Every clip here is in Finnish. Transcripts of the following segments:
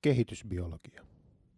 Kehitysbiologia.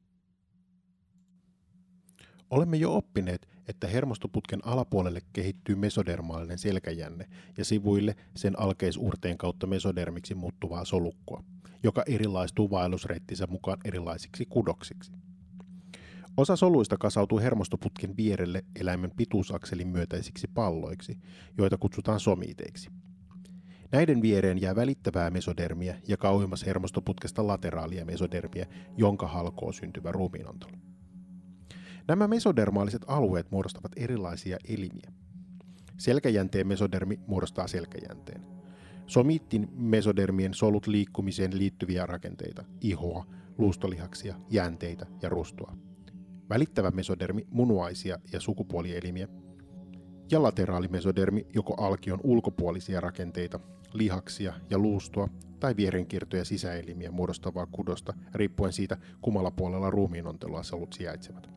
Olemme jo oppineet, että hermostoputken alapuolelle kehittyy mesodermaalinen selkäjänne ja sivuille sen alkeisurteen kautta mesodermiksi muuttuvaa solukkoa, joka erilaistuu vaellusreittinsä mukaan erilaisiksi kudoksiksi. Osa soluista kasautuu hermostoputken vierelle eläimen pituusakselin myötäisiksi palloiksi, joita kutsutaan somiiteiksi. Näiden viereen jää välittävää mesodermiä ja kauemmas hermostoputkesta lateraalia mesodermiä, jonka halkoo syntyvä ruumiinontelo. Nämä mesodermaaliset alueet muodostavat erilaisia elimiä. Selkäjänteen mesodermi muodostaa selkäjänteen. Somiittin mesodermien solut liikkumiseen liittyviä rakenteita, ihoa, luustolihaksia, jänteitä ja rustoa. Välittävä mesodermi munuaisia ja sukupuolielimiä. Ja lateraalimesodermi joko alkion ulkopuolisia rakenteita, lihaksia ja luustoa tai vierenkiertoja sisäelimiä muodostavaa kudosta riippuen siitä, kummalla puolella ruumiinontelua solut sijaitsevat.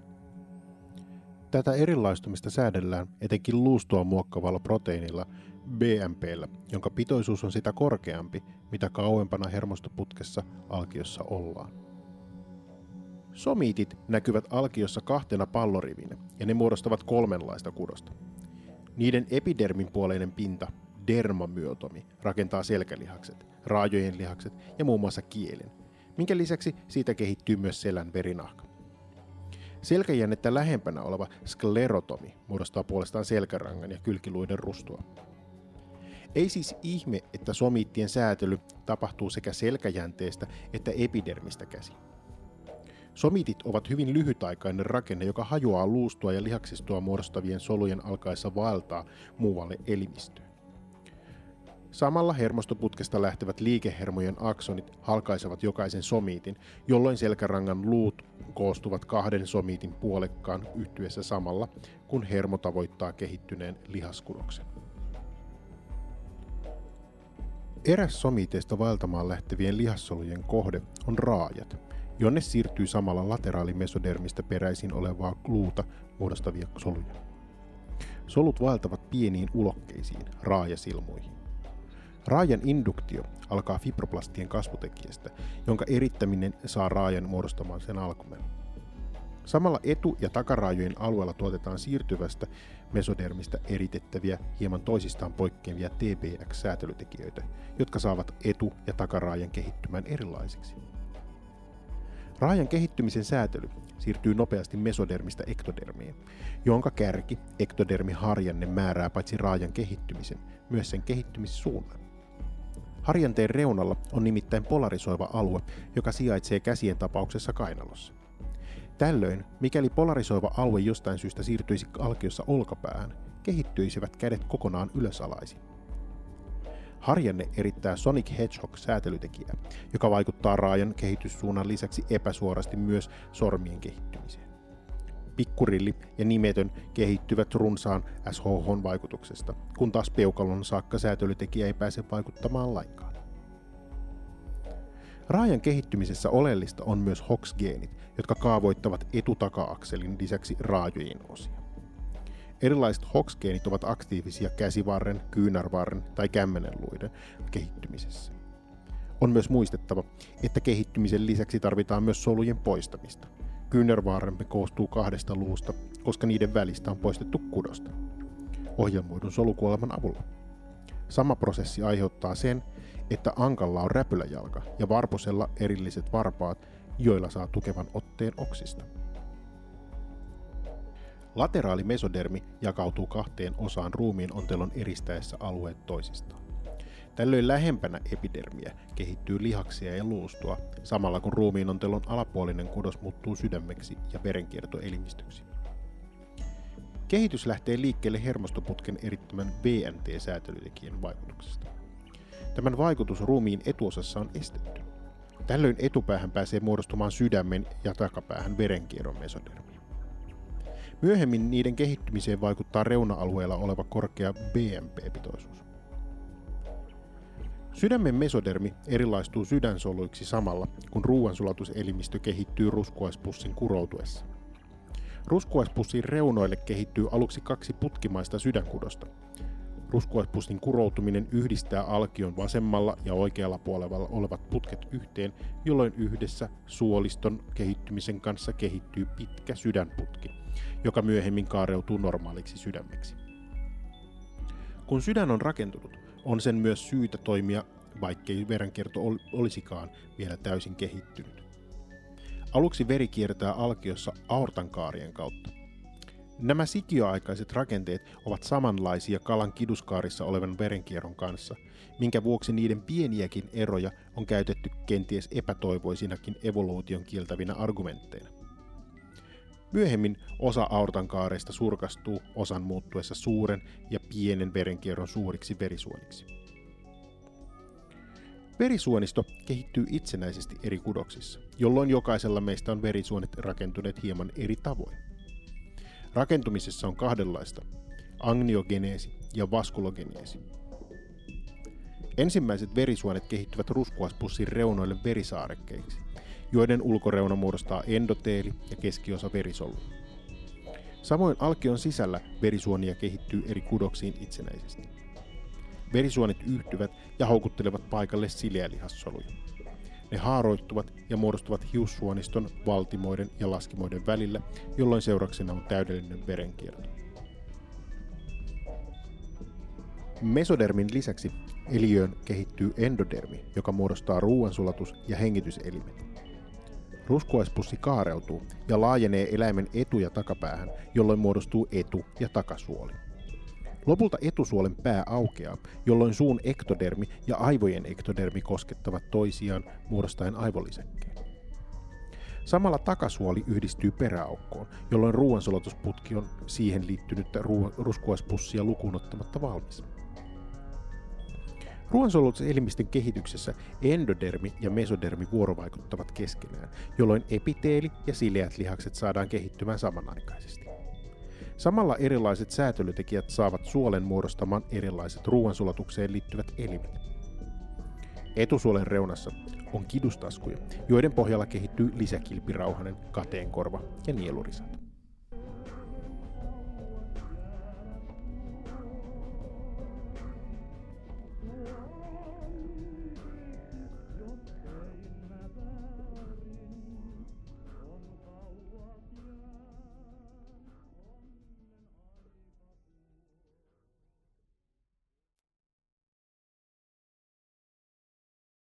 Tätä erilaistumista säädellään etenkin luustoa muokkaavalla proteiinilla BMP:llä, jonka pitoisuus on sitä korkeampi, mitä kauempana hermostoputkessa alkiossa ollaan. Somiitit näkyvät alkiossa kahtena pallorivinä ja ne muodostavat kolmenlaista kudosta. Niiden epidermin puoleinen pinta, dermamyotomi, rakentaa selkälihakset, raajojen lihakset ja muun muassa kielen, minkä lisäksi siitä kehittyy myös selän verinahka. Selkäjännettä lähempänä oleva sklerotomi muodostaa puolestaan selkärangan ja kylkiluiden rustoa. Ei siis ihme, että somiittien säätely tapahtuu sekä selkäjänteestä että epidermistä käsin. Somiitit ovat hyvin lyhytaikainen rakenne, joka hajoaa luustoa ja lihaksistoa muodostavien solujen alkaessa vaeltaa muualle elimistöön. Samalla hermostoputkesta lähtevät liikehermojen aksonit halkaisevat jokaisen somiitin, jolloin selkärangan luut koostuvat kahden somiitin puolekkaan yhtyessä samalla, kun hermo tavoittaa kehittyneen lihaskudoksen. Eräs somiiteista vaeltamaan lähtevien lihassolujen kohde on raajat, jonne siirtyy samalla lateraalimesodermistä peräisin olevaa luuta muodostavia soluja. Solut vaeltavat pieniin ulokkeisiin, raajasilmuihin. Raajan induktio alkaa fibroblastien kasvutekijästä, jonka erittäminen saa raajan muodostamaan sen alkumelon. Samalla etu- ja takaraajojen alueella tuotetaan siirtyvästä mesodermistä eritettäviä, hieman toisistaan poikkeavia TBX-säätelytekijöitä, jotka saavat etu- ja takaraajan kehittymään erilaisiksi. Raajan kehittymisen säätely siirtyy nopeasti mesodermistä ektodermiin, jonka kärki, ektodermiharjanne, määrää paitsi raajan kehittymisen, myös sen kehittymissuunnan. Harjanteen reunalla on nimittäin polarisoiva alue, joka sijaitsee käsien tapauksessa kainalossa. Tällöin, mikäli polarisoiva alue jostain syystä siirtyisi alkiossa olkapäähän, kehittyisivät kädet kokonaan ylösalaisin. Harjanne erittää Sonic Hedgehog-säätelytekijää, joka vaikuttaa raajan kehityssuunnan lisäksi epäsuorasti myös sormien kehittymiseen. Pikkurilli ja nimetön kehittyvät runsaan SHH:n vaikutuksesta, kun taas peukalon saakka säätelytekijä ei pääse vaikuttamaan lainkaan. Raajan kehittymisessä oleellista on myös HOX-geenit, jotka kaavoittavat etutaka-akselin lisäksi raajojen osia. Erilaiset HOX-geenit ovat aktiivisia käsivarren, kyynärvarren tai kämmenenluiden kehittymisessä. On myös muistettava, että kehittymisen lisäksi tarvitaan myös solujen poistamista. Kyynärvarremme koostuu kahdesta luusta, koska niiden välistä on poistettu kudosta, ohjelmoidun solukuoleman avulla. Sama prosessi aiheuttaa sen, että ankalla on räpyläjalka ja varposella erilliset varpaat, joilla saa tukevan otteen oksista. Lateraalimesodermi jakautuu kahteen osaan ruumiinontelon eristäessä alueet toisistaan. Tällöin lähempänä epidermiä kehittyy lihaksia ja luustoa, samalla kun ruumiinontelon alapuolinen kudos muuttuu sydämeksi ja verenkiertoelimistöksi. Kehitys lähtee liikkeelle hermostoputken erittämän VNT-säätelytekijän vaikutuksesta. Tämän vaikutus ruumiin etuosassa on estetty. Tällöin etupäähän pääsee muodostumaan sydämen ja takapäähän verenkierron mesodermi. Myöhemmin niiden kehittymiseen vaikuttaa reuna-alueella oleva korkea BMP-pitoisuus. Sydämen mesodermi erilaistuu sydänsoluiksi samalla, kun ruoansulatuselimistö kehittyy ruskuaispussin kuroutuessa. Ruskuaispussin reunoille kehittyy aluksi kaksi putkimaista sydänkudosta. Ruskuaispussin kuroutuminen yhdistää alkion vasemmalla ja oikealla puolella olevat putket yhteen, jolloin yhdessä suoliston kehittymisen kanssa kehittyy pitkä sydänputki, joka myöhemmin kaareutuu normaaliksi sydämeksi. Kun sydän on rakentunut, on sen myös syytä toimia, vaikkei verenkierto olisikaan vielä täysin kehittynyt. Aluksi veri kiertää alkiossa aortankaarien kautta. Nämä sikiöaikaiset rakenteet ovat samanlaisia kalan kiduskaarissa olevan verenkierron kanssa, minkä vuoksi niiden pieniäkin eroja on käytetty kenties epätoivoisinakin evoluution kieltävinä argumentteina. Myöhemmin osa aortankaareista surkastuu osan muuttuessa suuren ja pienen verenkierron suuriksi verisuoniksi. Verisuonisto kehittyy itsenäisesti eri kudoksissa, jolloin jokaisella meistä on verisuonet rakentuneet hieman eri tavoin. Rakentumisessa on kahdenlaista, angniogeneesi ja vaskulogeneesi. Ensimmäiset verisuonet kehittyvät ruskuaispussin reunoille verisaarekkeiksi, joiden ulkoreuna muodostaa endoteeli ja keskiosa verisolu. Samoin alkion sisällä verisuonia kehittyy eri kudoksiin itsenäisesti. Verisuonet yhtyvät ja houkuttelevat paikalle sileälihassoluja. Ne haaroittuvat ja muodostuvat hiussuoniston, valtimoiden ja laskimoiden välillä, jolloin seurauksena on täydellinen verenkierto. Mesodermin lisäksi eliöön kehittyy endodermi, joka muodostaa ruoansulatus- ja hengityselimet. Ruskuaispussi kaareutuu ja laajenee eläimen etu- ja takapäähän, jolloin muodostuu etu- ja takasuoli. Lopulta etusuolen pää aukeaa, jolloin suun ektodermi ja aivojen ektodermi koskettavat toisiaan muodostaen aivolisäkkeen. Samalla takasuoli yhdistyy peräaukkoon, jolloin ruoansulatusputki on siihen liittynyttä ruskuaispussia lukuun ottamatta valmis. Ruoansulatuselimiston kehityksessä endodermi ja mesodermi vuorovaikuttavat keskenään, jolloin epiteeli ja sileät lihakset saadaan kehittymään samanaikaisesti. Samalla erilaiset säätelytekijät saavat suolen muodostamaan erilaiset ruoansulatukseen liittyvät elimet. Etusuolen reunassa on kidustaskuja, joiden pohjalla kehittyy lisäkilpirauhanen, kateenkorva ja nielurisat.